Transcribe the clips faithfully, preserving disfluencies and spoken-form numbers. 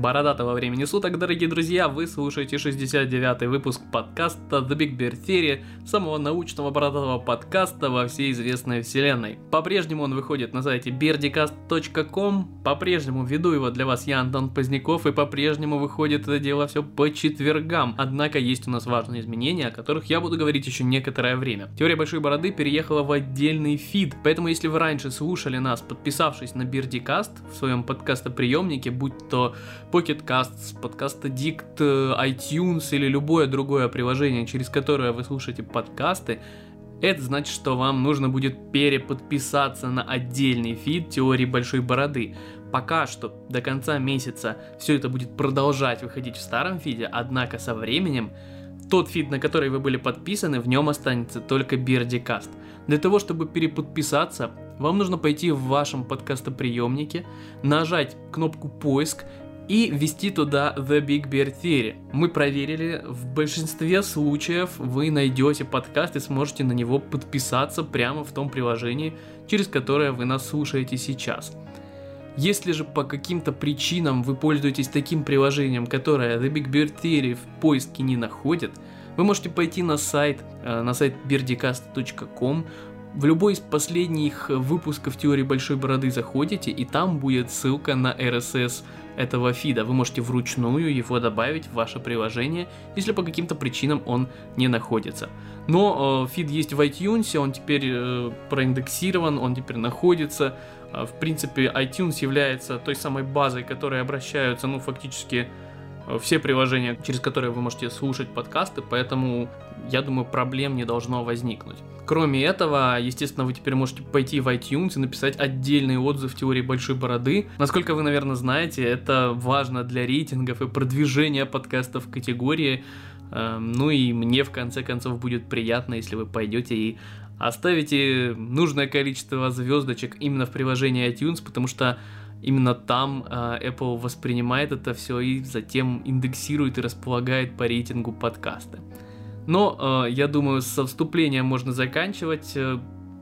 бородатого времени суток, дорогие друзья, вы слушаете шестьдесят девятый выпуск подкаста The Big Bear Theory, самого научного бородатого подкаста во всей известной вселенной. По-прежнему он выходит на сайте бердикаст точка ком, по-прежнему веду его для вас я, Антон Поздняков, и по-прежнему выходит это дело все по четвергам. Однако есть у нас важные изменения, о которых я буду говорить еще некоторое время. Теория Большой Бороды переехала в отдельный фид, поэтому если вы раньше слушали нас, подписавшись на Бердикаст в своем подкастоприемнике, будь то Pocket Casts, Podcast Addict, iTunes или любое другое приложение, через которое вы слушаете подкасты, это значит, что вам нужно будет переподписаться на отдельный фид теории Большой Бороды. Пока что до конца месяца все это будет продолжать выходить в старом фиде, однако со временем тот фид, на который вы были подписаны, в нем останется только Бердикаст. Для того, чтобы переподписаться, вам нужно пойти в вашем подкастоприемнике, нажать кнопку «Поиск» и ввести туда The Big Bear Theory. Мы проверили, в большинстве случаев вы найдете подкаст и сможете на него подписаться прямо в том приложении, через которое вы нас слушаете сейчас. Если же по каким-то причинам вы пользуетесь таким приложением, которое The Big Bear Theory в поиске не находит, вы можете пойти на сайт, на сайт бердикаст точка ком, в любой из последних выпусков теории Большой Бороды заходите, и там будет ссылка на эр эс эс этого фида. Вы можете вручную его добавить в ваше приложение, если по каким-то причинам он не находится. Но э, фид есть в iTunes, он теперь э, проиндексирован, он теперь находится. Э, в принципе, iTunes является той самой базой, к которой обращаются, ну, фактически э, все приложения, через которые вы можете слушать подкасты, поэтому, я думаю, проблем не должно возникнуть. Кроме этого, естественно, вы теперь можете пойти в iTunes и написать отдельный отзыв теории Большой Бороды. Насколько вы, наверное, знаете, это важно для рейтингов и продвижения подкастов в категории. Ну и мне, в конце концов, будет приятно, если вы пойдете и оставите нужное количество звездочек именно в приложении iTunes, потому что именно там Apple воспринимает это все и затем индексирует и располагает по рейтингу подкасты. Но, э, я думаю, со вступлением можно заканчивать. Э,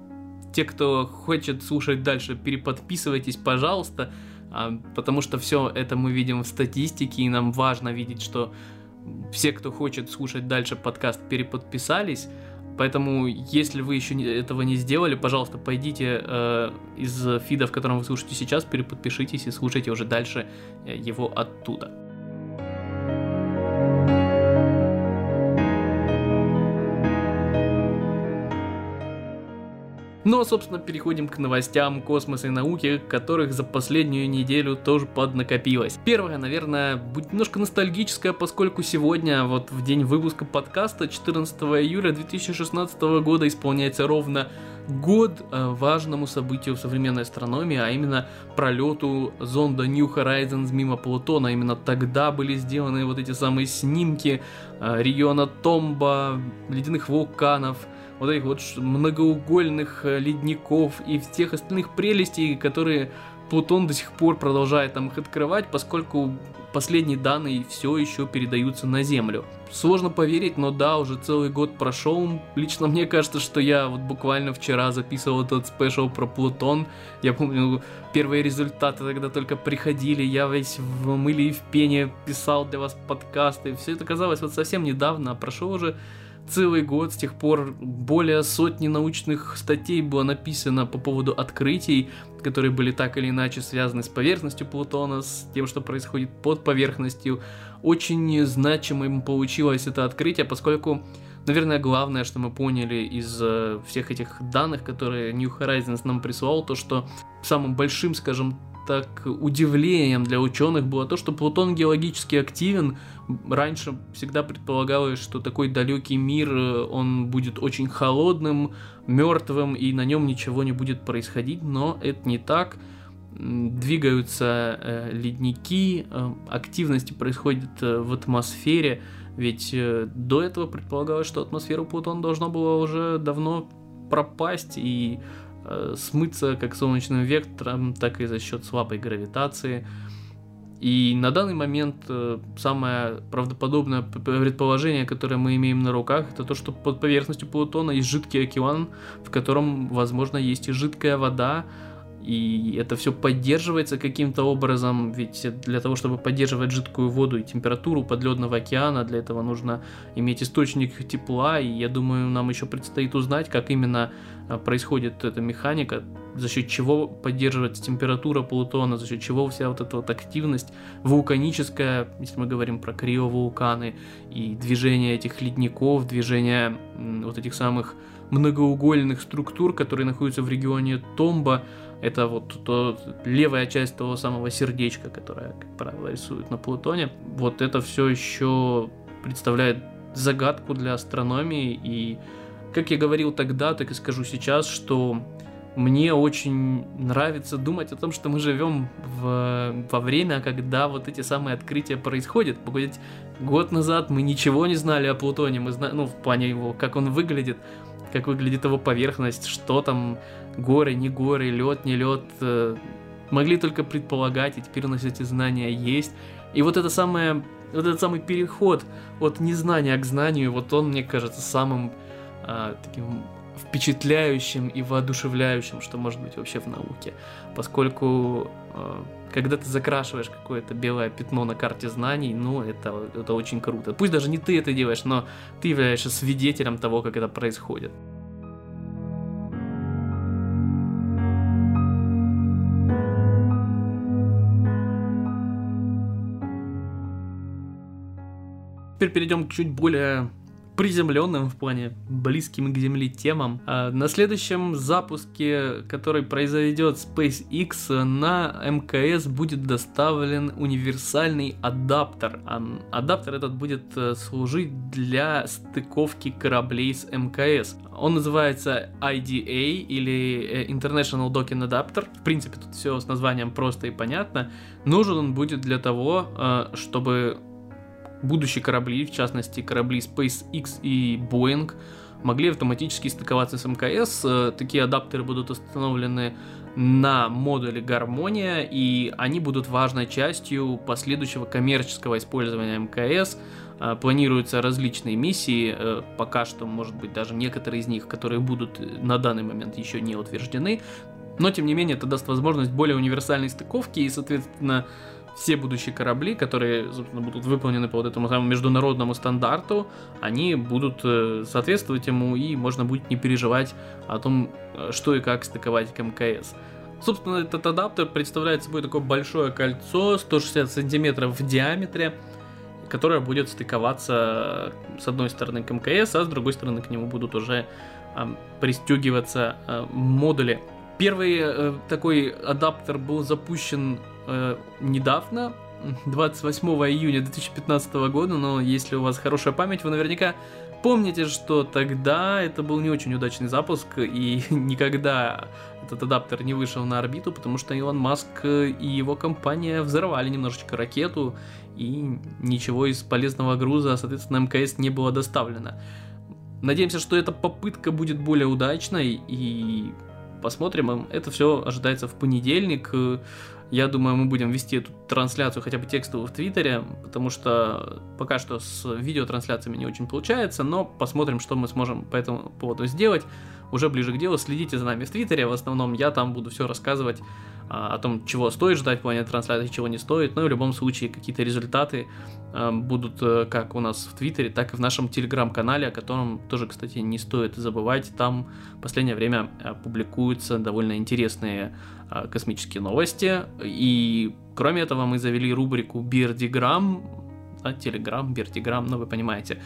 те, кто хочет слушать дальше, переподписывайтесь, пожалуйста, э, потому что все это мы видим в статистике, и нам важно видеть, что все, кто хочет слушать дальше подкаст, переподписались. Поэтому, если вы еще этого не сделали, пожалуйста, пойдите э, из фида, в котором вы слушаете сейчас, переподпишитесь и слушайте уже дальше его оттуда. Ну а, собственно, переходим к новостям космоса и науки, которых за последнюю неделю тоже поднакопилось. Первое, наверное, будет немножко ностальгическое, поскольку сегодня, вот в день выпуска подкаста, четырнадцатого июля две тысячи шестнадцатого года, исполняется ровно год важному событию в современной астрономии, а именно пролету зонда New Horizons мимо Плутона. Именно тогда были сделаны вот эти самые снимки региона Томбо, ледяных вулканов, вот этих вот многоугольных ледников и всех остальных прелестей, которые Плутон до сих пор продолжает там их открывать, поскольку последние данные все еще передаются на Землю. Сложно поверить, но да, уже целый год прошел. Лично мне кажется, что я вот буквально вчера записывал этот спешл про Плутон. Я помню, первые результаты тогда только приходили, я весь в мыле и в пене писал для вас подкасты. Все это казалось вот совсем недавно, а прошел уже целый год. С тех пор более сотни научных статей было написано по поводу открытий, которые были так или иначе связаны с поверхностью Плутона, с тем, что происходит под поверхностью. Очень значимым получилось это открытие, поскольку, наверное, главное, что мы поняли из э, всех этих данных, которые New Horizons нам прислал, то, что самым большим, скажем так, удивлением для ученых было то, что Плутон геологически активен. Раньше всегда предполагалось, что такой далекий мир, он будет очень холодным, мертвым, и на нем ничего не будет происходить, но это не так. Двигаются э, ледники, э, активности происходит э, в атмосфере, ведь э, до этого предполагалось, что атмосфера Плутона должна была уже давно пропасть и смыться как солнечным вектором, так и за счет слабой гравитации. И на данный момент самое правдоподобное предположение, которое мы имеем на руках, это то, что под поверхностью Плутона есть жидкий океан, в котором, возможно, есть и жидкая вода, и это все поддерживается каким-то образом, ведь для того, чтобы поддерживать жидкую воду и температуру подледного океана, для этого нужно иметь источник тепла, и я думаю, нам еще предстоит узнать, как именно происходит эта механика, за счет чего поддерживается температура Плутона, за счет чего вся вот эта вот активность вулканическая, если мы говорим про криовулканы, и движение этих ледников, движение вот этих самых многоугольных структур, которые находятся в регионе Томбо. Это вот то, левая часть того самого сердечка, которое, как правило, рисуют на Плутоне. Вот это все еще представляет загадку для астрономии. И, как я говорил тогда, так и скажу сейчас, что мне очень нравится думать о том, что мы живем в, во время, когда вот эти самые открытия происходят. Погодите, год назад мы ничего не знали о Плутоне, мы знаем, ну, в плане его, как он выглядит, как выглядит его поверхность, что там, горы, не горы, лед, не лед, могли только предполагать, и теперь у нас эти знания есть. И вот это самое, вот этот самый переход от незнания к знанию, вот он, мне кажется, самым а, таким впечатляющим и воодушевляющим, что может быть вообще в науке, поскольку а, когда ты закрашиваешь какое-то белое пятно на карте знаний, ну, это, это очень круто. Пусть даже не ты это делаешь, но ты являешься свидетелем того, как это происходит. Теперь перейдем к чуть более приземленным, в плане близким к Земле темам. На следующем запуске, который произойдет SpaceX, на эм ка эс будет доставлен универсальный адаптер. Адаптер этот будет служить для стыковки кораблей с эм ка эс. Он называется ай ди эй или International Docking Adapter. В принципе, тут все с названием просто и понятно. Нужен он будет для того, чтобы будущие корабли, в частности корабли SpaceX и Boeing, могли автоматически стыковаться с эм ка эс. Такие адаптеры будут установлены на модуле Гармония, и они будут важной частью последующего коммерческого использования эм ка эс. Планируются различные миссии, пока что, может быть, даже некоторые из них, которые будут на данный момент еще не утверждены, но, тем не менее, это даст возможность более универсальной стыковки, и, соответственно, все будущие корабли, которые, собственно, будут выполнены по вот этому самому международному стандарту, они будут соответствовать ему, и можно будет не переживать о том, что и как стыковать к эм ка эс. Собственно, этот адаптер представляет собой такое большое кольцо, сто шестьдесят сантиметров в диаметре, которое будет стыковаться с одной стороны к эм ка эс, а с другой стороны к нему будут уже э, пристегиваться э, модули. Первый э, такой адаптер был запущен э, недавно, двадцать восьмого июня две тысячи пятнадцатого года, но если у вас хорошая память, вы наверняка помните, что тогда это был не очень удачный запуск, и никогда этот адаптер не вышел на орбиту, потому что Илон Маск и его компания взорвали немножечко ракету, и ничего из полезного груза, соответственно, эм ка эс не было доставлено. Надеемся, что эта попытка будет более удачной, и посмотрим. Это все ожидается в понедельник. Я думаю, мы будем вести эту трансляцию хотя бы текстовую в Твиттере, потому что пока что с видеотрансляциями не очень получается, но посмотрим, что мы сможем по этому поводу сделать. Уже ближе к делу, следите за нами в Твиттере, в основном я там буду все рассказывать а, о том, чего стоит ждать в плане трансляции, чего не стоит, но в любом случае какие-то результаты а, будут а, как у нас в Твиттере, так и в нашем Телеграм-канале, о котором тоже, кстати, не стоит забывать. Там в последнее время а, публикуются довольно интересные а, космические новости, и кроме этого мы завели рубрику «Бердиграм», Телеграм, Бертиграм, ну вы понимаете.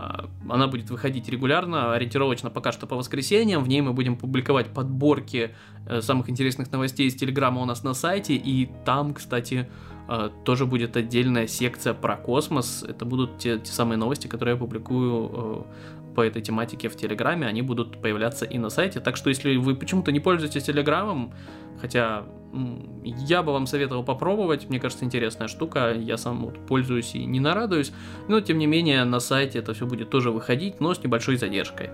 Она будет выходить регулярно, ориентировочно пока что по воскресеньям. В ней мы будем публиковать подборки самых интересных новостей из Телеграма у нас на сайте. И там, кстати, тоже будет отдельная секция про космос. Это будут те, те самые новости, которые я публикую по этой тематике в Телеграме. Они будут появляться и на сайте. Так что, если вы почему-то не пользуетесь Телеграмом, хотя я бы вам советовал попробовать, мне кажется, интересная штука, я сам вот пользуюсь и не нарадуюсь, но тем не менее на сайте это все будет тоже выходить, но с небольшой задержкой.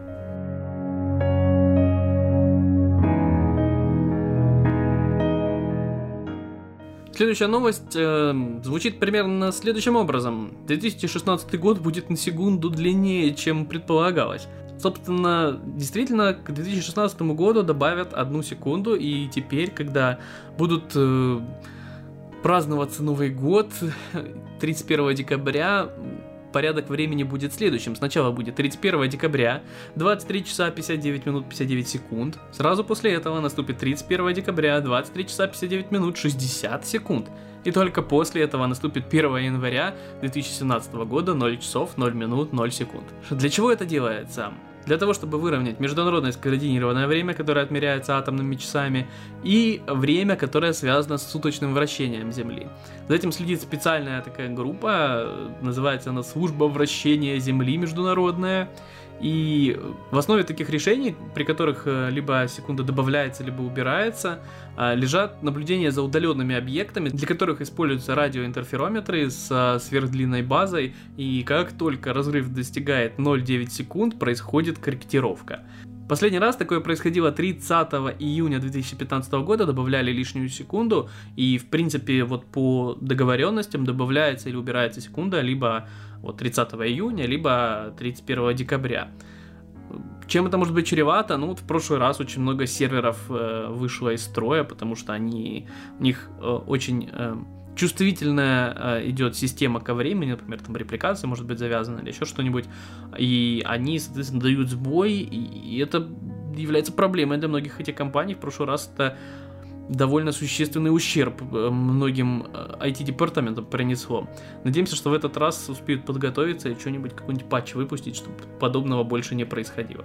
Следующая новость э, звучит примерно следующим образом. две тысячи шестнадцатый год будет на секунду длиннее, чем предполагалось. Собственно, действительно, к две тысячи шестнадцатому году добавят одну секунду, и теперь, когда будут э, праздноваться Новый год, тридцать первого декабря, порядок времени будет следующим. Сначала будет тридцать первого декабря, двадцать три часа пятьдесят девять минут пятьдесят девять секунд. Сразу после этого наступит тридцать первого декабря, двадцать три часа пятьдесят девять минут шестьдесят секунд. И только после этого наступит первого января две тысячи семнадцатого года, ноль часов ноль минут ноль секунд. Для чего это делается? Для того, чтобы выровнять международное скоординированное время, которое отмеряется атомными часами, и время, которое связано с суточным вращением Земли. За этим следит специальная такая группа, называется она «Служба вращения Земли международная». И в основе таких решений, при которых либо секунда добавляется, либо убирается, лежат наблюдения за удаленными объектами, для которых используются радиоинтерферометры с сверхдлинной базой, и как только разрыв достигает ноль целых девять десятых секунд, происходит корректировка. Последний раз такое происходило тридцатого июня две тысячи пятнадцатого года, добавляли лишнюю секунду, и в принципе вот по договоренностям добавляется или убирается секунда либо вот тридцатого июня, либо тридцать первого декабря. Чем это может быть чревато? Ну вот в прошлый раз очень много серверов э, вышло из строя, потому что они, у них э, очень э, чувствительная э, идет система ко времени, например, там репликация может быть завязана или еще что-нибудь, и они, соответственно, дают сбой, и, и это является проблемой для многих этих компаний. В прошлый раз это довольно существенный ущерб многим ай ти-департаментам принесло. Надеемся, что в этот раз успеют подготовиться и что-нибудь, какой-нибудь патч выпустить, чтобы подобного больше не происходило.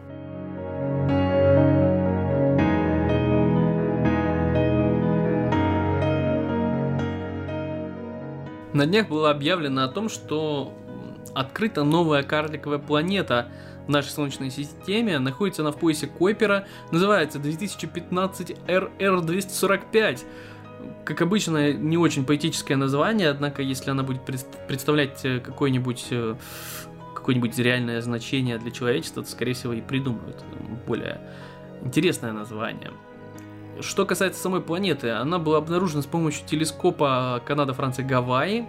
На днях было объявлено о том, что открыта новая карликовая планета в нашей Солнечной системе, находится она в поясе Койпера, называется две тысячи пятнадцать эр эр двести сорок пять. Как обычно, не очень поэтическое название, однако если она будет представлять какое-нибудь, какое-нибудь реальное значение для человечества, то, скорее всего, и придумают более интересное название. Что касается самой планеты, она была обнаружена с помощью телескопа Канада, Франция, Гавайи.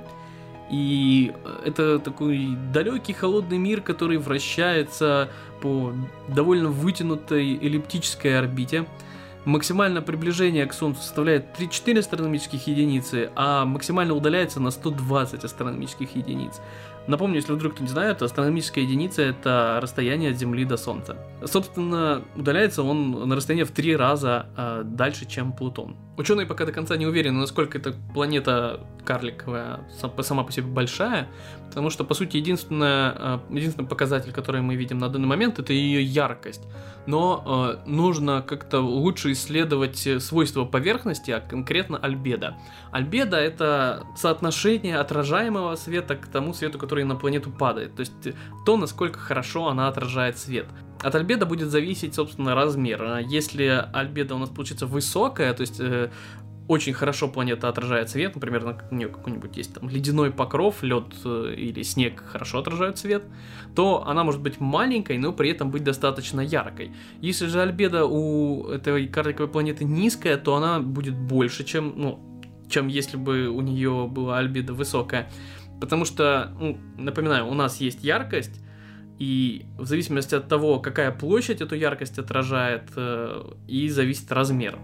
И это такой далекий холодный мир, который вращается по довольно вытянутой эллиптической орбите. Максимальное приближение к Солнцу составляет тридцать четыре астрономических единицы, а максимально удаляется на сто двадцать астрономических единиц. Напомню, если вдруг кто не знает, астрономическая единица — это расстояние от Земли до Солнца. Собственно, удаляется он на расстояние в три раза э, дальше, чем Плутон. Ученые пока до конца не уверены, насколько эта планета карликовая сама по себе большая, потому что, по сути, единственная, единственный показатель, который мы видим на данный момент, это ее яркость. Но э, нужно как-то лучше исследовать свойства поверхности, а конкретно альбедо. Альбедо — это соотношение отражаемого света к тому свету, который на планету падает, то есть то, насколько хорошо она отражает свет. От альбедо будет зависеть, собственно, размер. Если альбедо у нас получится высокая, то есть э, очень хорошо планета отражает свет, например, у нее какой-нибудь есть там ледяной покров, лед э, или снег хорошо отражают свет, то она может быть маленькой, но при этом быть достаточно яркой. Если же альбедо у этой карликовой планеты низкая, то она будет больше, чем, ну, чем если бы у нее была альбедо высокая. Потому что, ну, напоминаю, у нас есть яркость, и в зависимости от того, какая площадь эту яркость отражает, э, и зависит размер.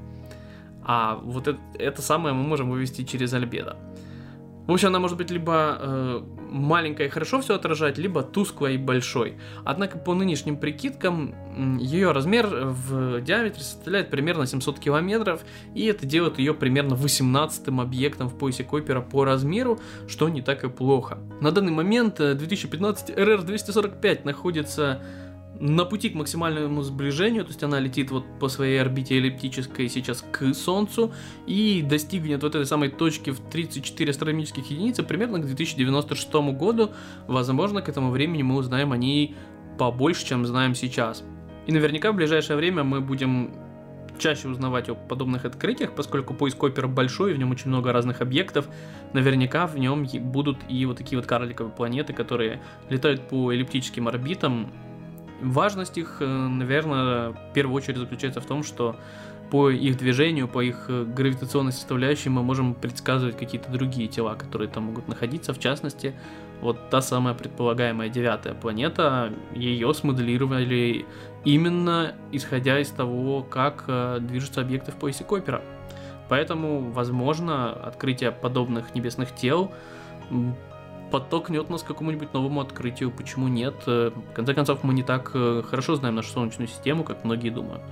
А вот это, это самое мы можем вывести через альбедо. В общем, она может быть либо э, маленькая и хорошо все отражать, либо тусклая и большой. Однако по нынешним прикидкам ее размер в диаметре составляет примерно семьсот километров, и это делает ее примерно восемнадцатым объектом в поясе Койпера по размеру, что не так и плохо. На данный момент две тысячи пятнадцать эр эр двести сорок пять находится на пути к максимальному сближению, то есть она летит вот по своей орбите эллиптической сейчас к Солнцу и достигнет вот этой самой точки в тридцать четыре астрономических единицы примерно к две тысячи девяносто шестому году. Возможно, к этому времени мы узнаем о ней побольше, чем знаем сейчас. И наверняка в ближайшее время мы будем чаще узнавать о подобных открытиях, поскольку пояс Койпера большой, и в нем очень много разных объектов. Наверняка в нем будут и вот такие вот карликовые планеты, которые летают по эллиптическим орбитам. Важность их, наверное, в первую очередь заключается в том, что по их движению, по их гравитационной составляющей мы можем предсказывать какие-то другие тела, которые там могут находиться. В частности, вот та самая предполагаемая девятая планета, ее смоделировали именно исходя из того, как э, движутся объекты в поясе Койпера. Поэтому, возможно, открытие подобных небесных тел подтолкнет нас к какому-нибудь новому открытию. Почему нет? В конце концов, мы не так хорошо знаем нашу Солнечную систему, как многие думают.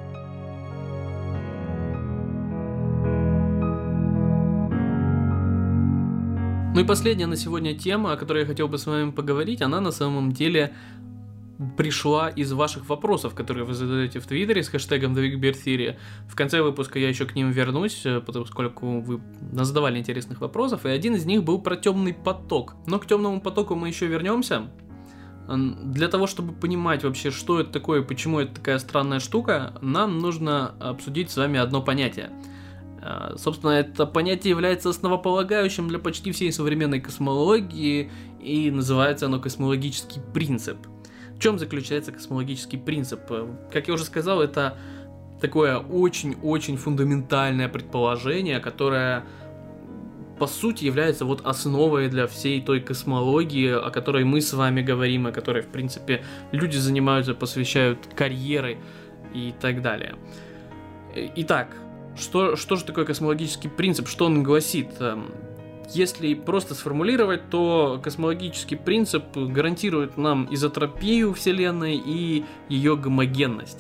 Ну и последняя на сегодня тема, о которой я хотел бы с вами поговорить, она на самом деле пришла из ваших вопросов, которые вы задаете в Твиттере с хэштегом The Big Bear Theory. В конце выпуска я еще к ним вернусь, поскольку вы задавали интересных вопросов, и один из них был про темный поток. Но к темному потоку мы еще вернемся. Для того, чтобы понимать вообще, что это такое, почему это такая странная штука, нам нужно обсудить с вами одно понятие. Собственно, это понятие является основополагающим для почти всей современной космологии, и называется оно космологический принцип. В чем заключается космологический принцип? Как я уже сказал, это такое очень-очень фундаментальное предположение, которое, по сути, является вот основой для всей той космологии, о которой мы с вами говорим, о которой, в принципе, люди занимаются, посвящают карьеры и так далее. Итак, что, что же такое космологический принцип? Что он гласит? Если просто сформулировать, то космологический принцип гарантирует нам изотропию Вселенной и ее гомогенность.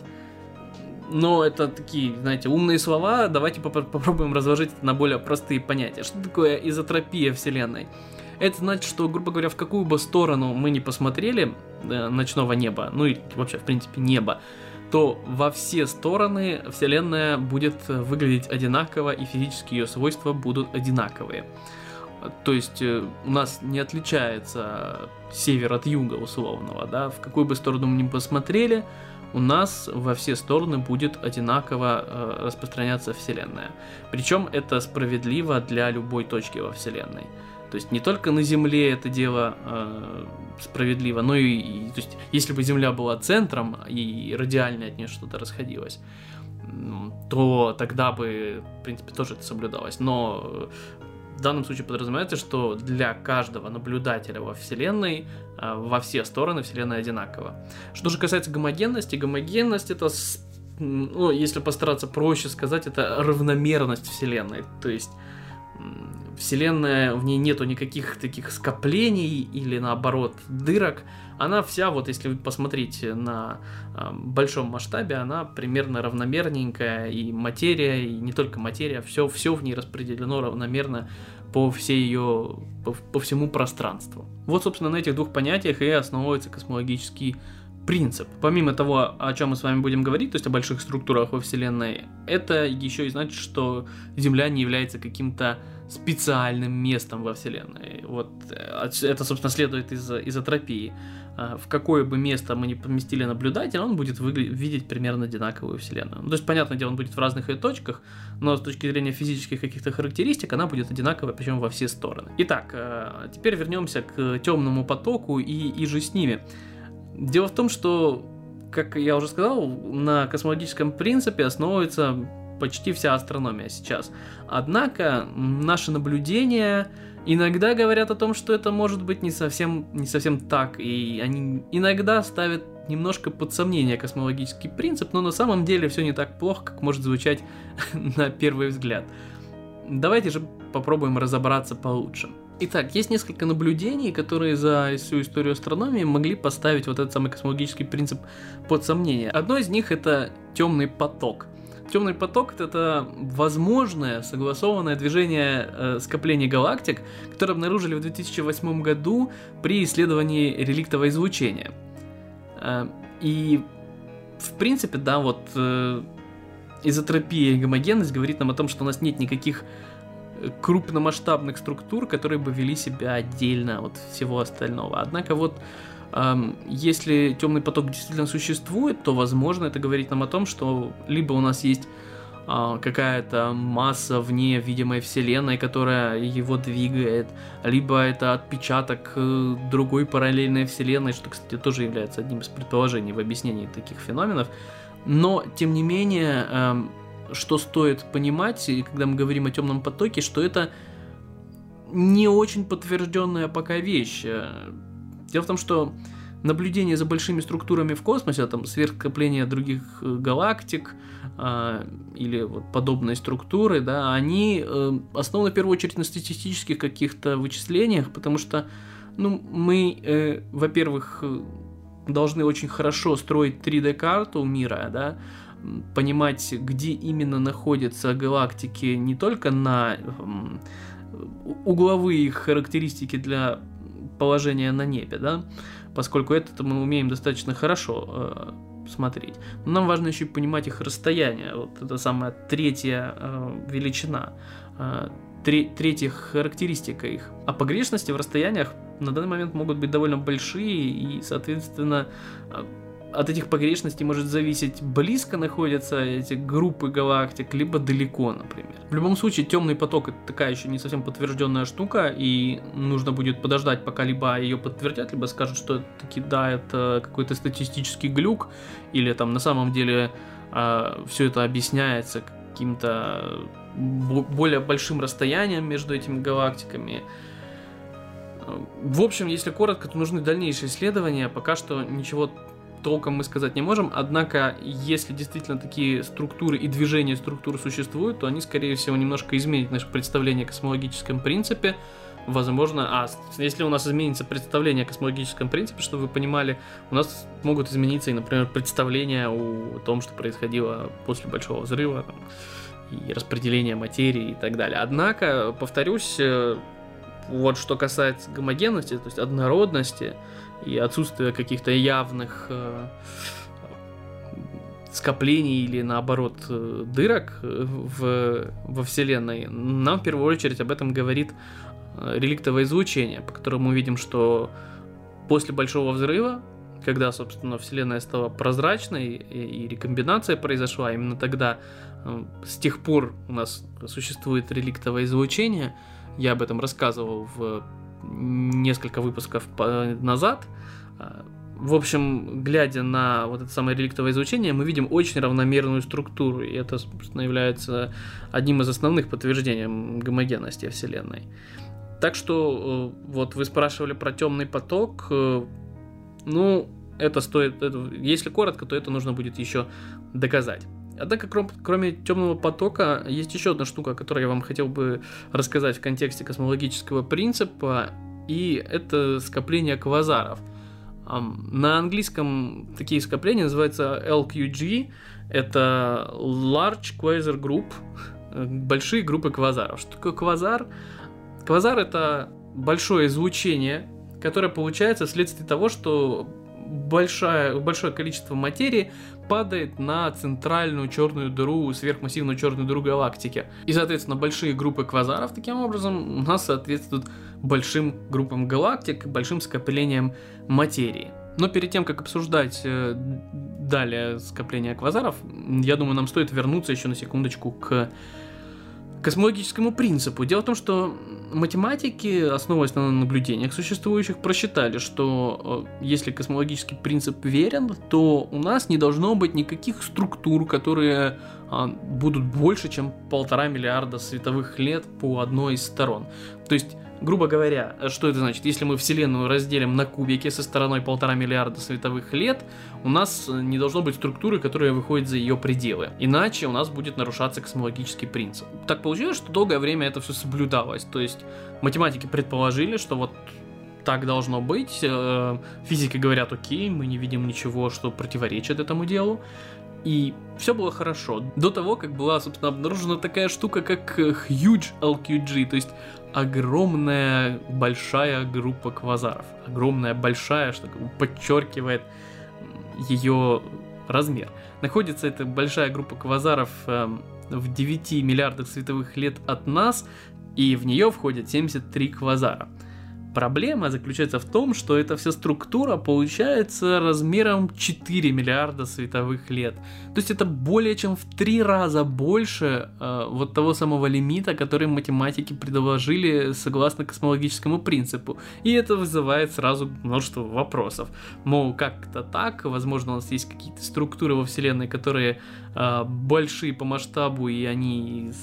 Но это такие, знаете, умные слова, давайте поп- попробуем разложить это на более простые понятия. Что такое изотропия Вселенной? Это значит, что, грубо говоря, в какую бы сторону мы ни посмотрели э, ночного неба, ну и вообще, в принципе, неба, то во все стороны Вселенная будет выглядеть одинаково, и физические ее свойства будут одинаковые. То есть у нас не отличается север от юга условного, да, в какую бы сторону мы ни посмотрели, у нас во все стороны будет одинаково э, распространяться Вселенная. Причем это справедливо для любой точки во Вселенной. То есть не только на Земле это дело э, справедливо, но и, и то есть, если бы Земля была центром и радиально от нее что-то расходилось, то тогда бы, в принципе, тоже это соблюдалось. Но в данном случае подразумевается, что для каждого наблюдателя во Вселенной э, во все стороны Вселенная одинакова. Что же касается гомогенности, гомогенность это, ну, если постараться проще сказать, это равномерность Вселенной. То есть Вселенная, в ней нету никаких таких скоплений или наоборот дырок. Она вся, вот если вы посмотрите на э, большом масштабе, она примерно равномерненькая, и материя, и не только материя, все, все в ней распределено равномерно по всей ее, по, по всему пространству. Вот, собственно, на этих двух понятиях и основывается космологический принцип. Помимо того, о чем мы с вами будем говорить, то есть о больших структурах во Вселенной, это еще и значит, что Земля не является каким-то специальным местом во Вселенной. Вот это, собственно, следует из изотропии. В какое бы место мы ни поместили наблюдателя, он будет выгля- видеть примерно одинаковую Вселенную. Ну, то есть, понятное дело, он будет в разных ее точках, но с точки зрения физических каких-то характеристик она будет одинаковая, причем во все стороны. Итак, теперь вернемся к темному потоку и, и же с ними. Дело в том, что, как я уже сказал, на космологическом принципе основывается почти вся астрономия сейчас. Однако наши наблюдения иногда говорят о том, что это может быть не совсем, не совсем так, и они иногда ставят немножко под сомнение космологический принцип, но на самом деле все не так плохо, как может звучать на первый взгляд. Давайте же попробуем разобраться получше. Итак, есть несколько наблюдений, которые за всю историю астрономии могли поставить вот этот самый космологический принцип под сомнение. Одно из них — это темный поток. Темный поток — это возможное согласованное движение э, скоплений галактик, которое обнаружили в две тысячи восьмом году при исследовании реликтового излучения. Э, и в принципе, да, вот э, изотропия и гомогенность говорит нам о том, что у нас нет никаких крупномасштабных структур, которые бы вели себя отдельно от всего остального. Однако вот эм, если темный поток действительно существует, то, возможно, это говорит нам о том, что либо у нас есть э, какая-то масса вне видимой Вселенной, которая его двигает, либо это отпечаток э, другой параллельной Вселенной, что, кстати, тоже является одним из предположений в объяснении таких феноменов. Но, тем не менее, эм, что стоит понимать, когда мы говорим о темном потоке, что это не очень подтвержденная пока вещь. Дело в том, что наблюдение за большими структурами в космосе, там сверхскопления других галактик э, или вот подобные структуры, да, они э, основаны в первую очередь на статистических каких-то вычислениях, потому что, ну, мы, э, во-первых, должны очень хорошо строить три дэ-карту мира, да, понимать, где именно находятся галактики не только на э, угловые их характеристики для положения на небе, да, поскольку это мы умеем достаточно хорошо э, смотреть. Но нам важно еще понимать их расстояние. Вот это самая третья э, величина, э, тре- третья характеристика их. А погрешности в расстояниях на данный момент могут быть довольно большие, и, соответственно, э, от этих погрешностей может зависеть, близко находятся эти группы галактик, либо далеко, например. В любом случае, темный поток — это такая еще не совсем подтвержденная штука, и нужно будет подождать, пока либо ее подтвердят, либо скажут, что таки да, это какой-то статистический глюк, или там на самом деле э, все это объясняется каким-то более большим расстоянием между этими галактиками. В общем, если коротко, то нужны дальнейшие исследования. Пока что ничего толком мы сказать не можем, однако, если действительно такие структуры и движения структур существуют, то они, скорее всего, немножко изменят наше представление о космологическом принципе. Возможно, а если у нас изменится представление о космологическом принципе, чтобы вы понимали, у нас могут измениться и, например, представления о том, что происходило после Большого взрыва, там, и распределение материи и так далее. Однако, повторюсь, вот что касается гомогенности, то есть однородности и отсутствия каких-то явных э, скоплений или, наоборот, э, дырок в, во Вселенной, нам в первую очередь об этом говорит э, реликтовое излучение, по которому мы видим, что после Большого взрыва, когда, собственно, Вселенная стала прозрачной и, и рекомбинация произошла, именно тогда, э, с тех пор у нас существует реликтовое излучение. Я об этом рассказывал в несколько выпусков назад. В общем, глядя на вот это самое реликтовое излучение, мы видим очень равномерную структуру, и это, собственно, является одним из основных подтверждений гомогенности Вселенной. Так что, вот вы спрашивали про темный поток. Ну, это стоит, это, если коротко, то это нужно будет еще доказать. Однако, кроме, кроме темного потока, есть еще одна штука, которую я вам хотел бы рассказать в контексте космологического принципа, и это скопление квазаров. На английском такие скопления называются эл кью джи, это Large Quasar Group, большие группы квазаров. Что такое квазар? Квазар — это большое излучение, которое получается вследствие того, что большое, большое количество материи падает на центральную черную дыру, сверхмассивную черную дыру галактики. И, соответственно, большие группы квазаров, таким образом, у нас соответствуют большим группам галактик, большим скоплениям материи. Но перед тем, как обсуждать э, далее скопление квазаров, я думаю, нам стоит вернуться еще на секундочку к космологическому принципу. Дело в том, что математики, основываясь на наблюдениях существующих, просчитали, что э, если космологический принцип верен, то у нас не должно быть никаких структур, которые э, будут больше, чем полтора миллиарда световых лет по одной из сторон. То есть, грубо говоря, что это значит? Если мы Вселенную разделим на кубики со стороной полтора миллиарда световых лет, у нас не должно быть структуры, которая выходит за ее пределы. Иначе у нас будет нарушаться космологический принцип. Так получилось, что долгое время это все соблюдалось. То есть математики предположили, что вот так должно быть. Физики говорят: окей, мы не видим ничего, что противоречит этому делу. И все было хорошо. До того, как была, собственно, обнаружена такая штука, как Huge эл кью джи, то есть огромная большая группа квазаров. Огромная большая, что подчеркивает ее размер. Находится эта большая группа квазаров э, в девяти миллиардах световых лет от нас, и в нее входят семьдесят три квазара. Проблема заключается в том, что эта вся структура получается размером четыре миллиарда световых лет. То есть это более чем в три раза больше э, вот того самого лимита, который математики предложили согласно космологическому принципу. И это вызывает сразу множество вопросов. Мол, как-то так, возможно, у нас есть какие-то структуры во Вселенной, которые э, большие по масштабу, и они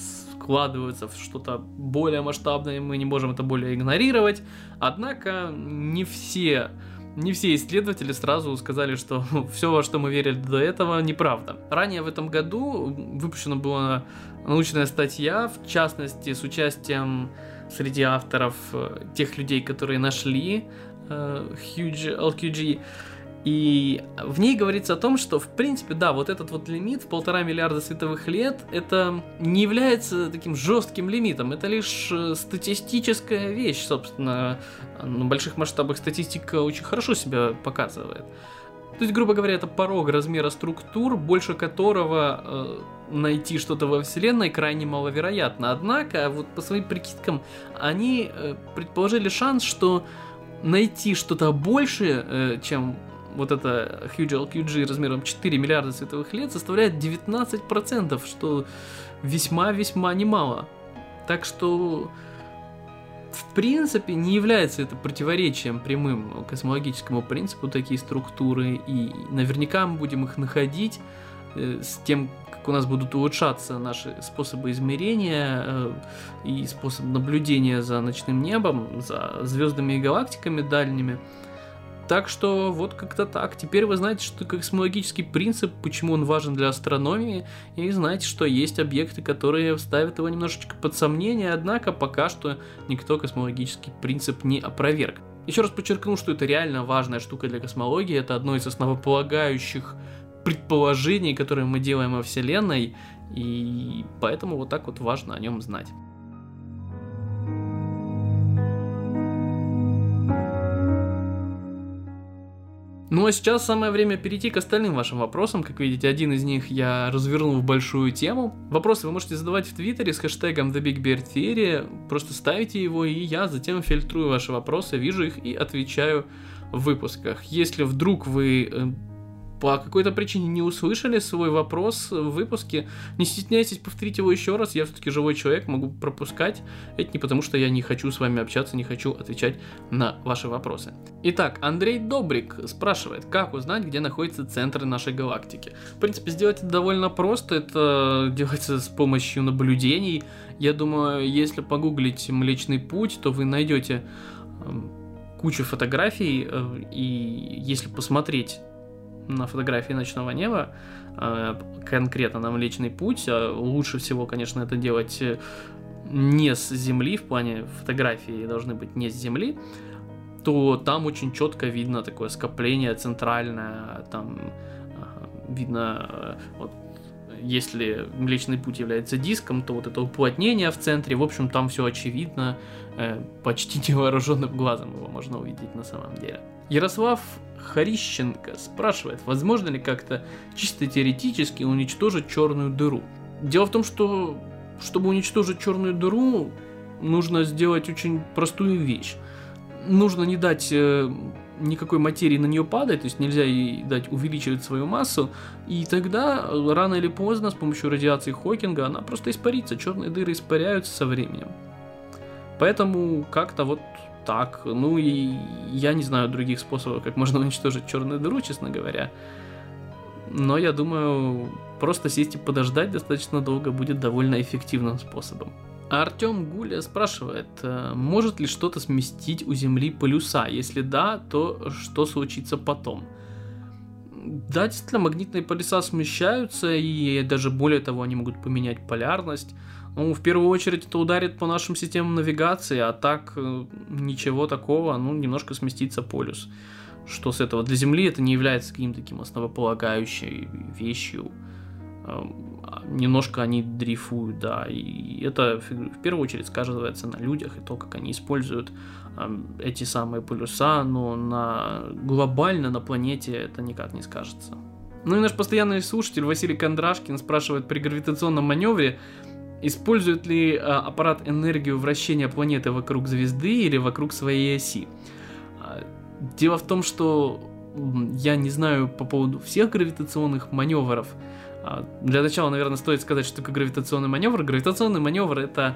вкладываются в что-то более масштабное, мы не можем это более игнорировать. Однако не все, не все исследователи сразу сказали, что все, во что мы верили до этого, неправда. Ранее в этом году выпущена была научная статья, в частности, с участием среди авторов тех людей, которые нашли uh, Huge эл кью джи. И в ней говорится о том, что, в принципе, да, вот этот вот лимит в полтора миллиарда световых лет, это не является таким жестким лимитом, это лишь статистическая вещь, собственно, на больших масштабах статистика очень хорошо себя показывает. То есть, грубо говоря, это порог размера структур, больше которого э, найти что-то во Вселенной крайне маловероятно. Однако, вот по своим прикидкам, они э, предположили шанс, что найти что-то большее, э, чем вот это Huge эл кью джи размером четыре миллиарда световых лет, составляет девятнадцать процентов, что весьма-весьма немало. Так что, в принципе, не является это противоречием прямым космологическому принципу такие структуры, и наверняка мы будем их находить э, с тем, как у нас будут улучшаться наши способы измерения э, и способ наблюдения за ночным небом, за звездами и галактиками дальними. Так что вот как-то так. Теперь вы знаете, что космологический принцип, почему он важен для астрономии, и знаете, что есть объекты, которые ставят его немножечко под сомнение, однако пока что никто космологический принцип не опроверг. Еще раз подчеркну, что это реально важная штука для космологии, это одно из основополагающих предположений, которые мы делаем о Вселенной, и поэтому вот так вот важно о нем знать. Ну а сейчас самое время перейти к остальным вашим вопросам. Как видите, один из них я развернул в большую тему. Вопросы вы можете задавать в Твиттере с хэштегом The Big Bear Theory. Просто ставите его, и я затем фильтрую ваши вопросы, вижу их и отвечаю в выпусках. Если вдруг вы по какой-то причине не услышали свой вопрос в выпуске, не стесняйтесь повторить его еще раз, я все-таки живой человек, могу пропускать. Это не потому, что я не хочу с вами общаться, не хочу отвечать на ваши вопросы. Итак, Андрей Добрик спрашивает, как узнать, где находятся центры нашей галактики. В принципе, сделать это довольно просто, это делается с помощью наблюдений. Я думаю, если погуглить Млечный Путь, то вы найдете кучу фотографий, и если посмотреть на фотографии ночного неба, конкретно на Млечный Путь, лучше всего, конечно, это делать не с Земли, в плане фотографии должны быть не с Земли, то там очень четко видно такое скопление центральное, там видно, вот, если Млечный Путь является диском, то вот это уплотнение в центре, в общем, там все очевидно, почти невооруженным глазом его можно увидеть на самом деле. Ярослав Харищенко спрашивает, возможно ли как-то чисто теоретически уничтожить черную дыру. Дело в том, что чтобы уничтожить черную дыру, нужно сделать очень простую вещь. Нужно не дать э, никакой материи на нее падать, то есть нельзя ей дать увеличивать свою массу, и тогда рано или поздно с помощью радиации Хокинга она просто испарится, черные дыры испаряются со временем. Поэтому как-то вот так, ну и я не знаю других способов, как можно уничтожить черную дыру, честно говоря. Но я думаю, просто сесть и подождать достаточно долго будет довольно эффективным способом. А Артем Гуля спрашивает, может ли что-то сместить у Земли полюса? Если да, то что случится потом? Да, действительно, магнитные полюса смещаются, и даже более того, они могут поменять полярность. Ну, в первую очередь это ударит по нашим системам навигации, а так ничего такого, ну, немножко сместится полюс. Что с этого? Для Земли это не является каким-то таким основополагающей вещью. Немножко они дрейфуют, да, и это в первую очередь сказывается на людях и то, как они используют эти самые полюса, но на глобально на планете это никак не скажется. Ну и наш постоянный слушатель Василий Кондрашкин спрашивает, при гравитационном маневре использует ли а, аппарат энергию вращения планеты вокруг звезды или вокруг своей оси? Дело в том, что я не знаю по поводу всех гравитационных маневров. Для начала, наверное, стоит сказать, что такое гравитационный маневр. Гравитационный маневр — это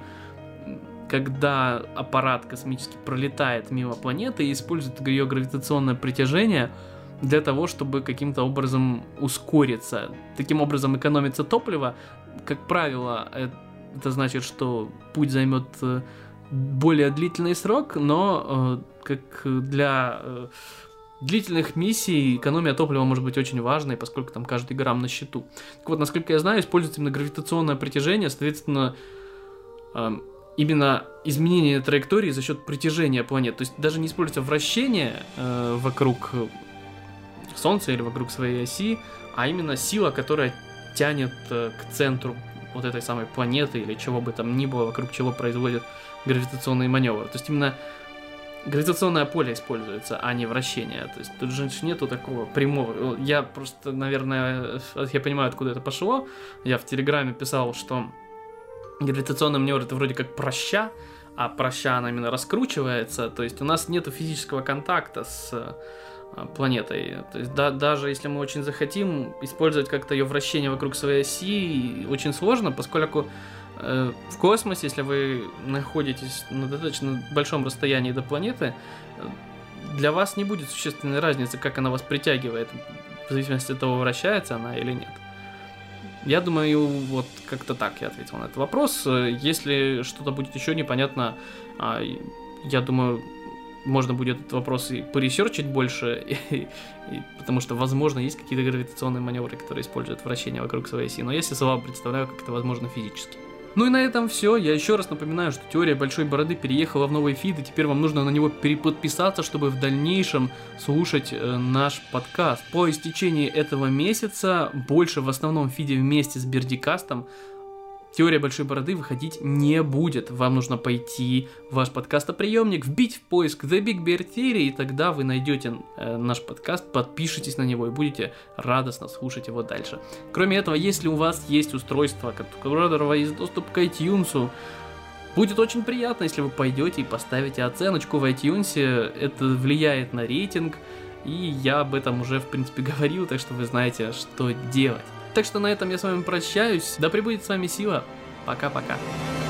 когда аппарат космический пролетает мимо планеты и использует ее гравитационное притяжение для того, чтобы каким-то образом ускориться. Таким образом экономится топливо. Как правило, это значит, что путь займет более длительный срок, но как для длительных миссий экономия топлива может быть очень важной, поскольку там каждый грамм на счету. Так вот, насколько я знаю, используется именно гравитационное притяжение, соответственно, именно изменение траектории за счет притяжения планет. То есть даже не используется вращение э, вокруг Солнца или вокруг своей оси, а именно сила, которая тянет э, к центру вот этой самой планеты или чего бы там ни было, вокруг чего производят гравитационные маневры. То есть именно гравитационное поле используется, а не вращение. То есть тут же нету такого прямого. Я просто, наверное, я понимаю, откуда это пошло. Я в Телеграме писал, что гравитационный маневр это вроде как праща, а праща она именно раскручивается, то есть у нас нет физического контакта с планетой. То есть да, даже если мы очень захотим использовать как-то ее вращение вокруг своей оси, очень сложно, поскольку э, в космосе, если вы находитесь на достаточно большом расстоянии до планеты, для вас не будет существенной разницы, как она вас притягивает, в зависимости от того, вращается она или нет. Я думаю, вот как-то так я ответил на этот вопрос. Если что-то будет еще непонятно, я думаю, можно будет этот вопрос и поресерчить больше, и, и, потому что, возможно, есть какие-то гравитационные маневры, которые используют вращение вокруг своей оси, но я себе слабо представляю, как это возможно физически. Ну и на этом все. Я еще раз напоминаю, что теория большой бороды переехала в новый фид, и теперь вам нужно на него переподписаться, чтобы в дальнейшем слушать э, наш подкаст. По истечении этого месяца больше в основном фиде вместе с Бердикастом теория большой бороды выходить не будет. Вам нужно пойти в ваш подкастоприемник, вбить в поиск The Big Bear Theory, и тогда вы найдете э, наш подкаст, подпишитесь на него и будете радостно слушать его дальше. Кроме этого, если у вас есть устройство, у которого есть доступ к iTunes, будет очень приятно, если вы пойдете и поставите оценочку в iTunes. Это влияет на рейтинг, и я об этом уже, в принципе, говорил, так что вы знаете, что делать. Так что на этом я с вами прощаюсь. Да пребудет с вами сила. Пока-пока.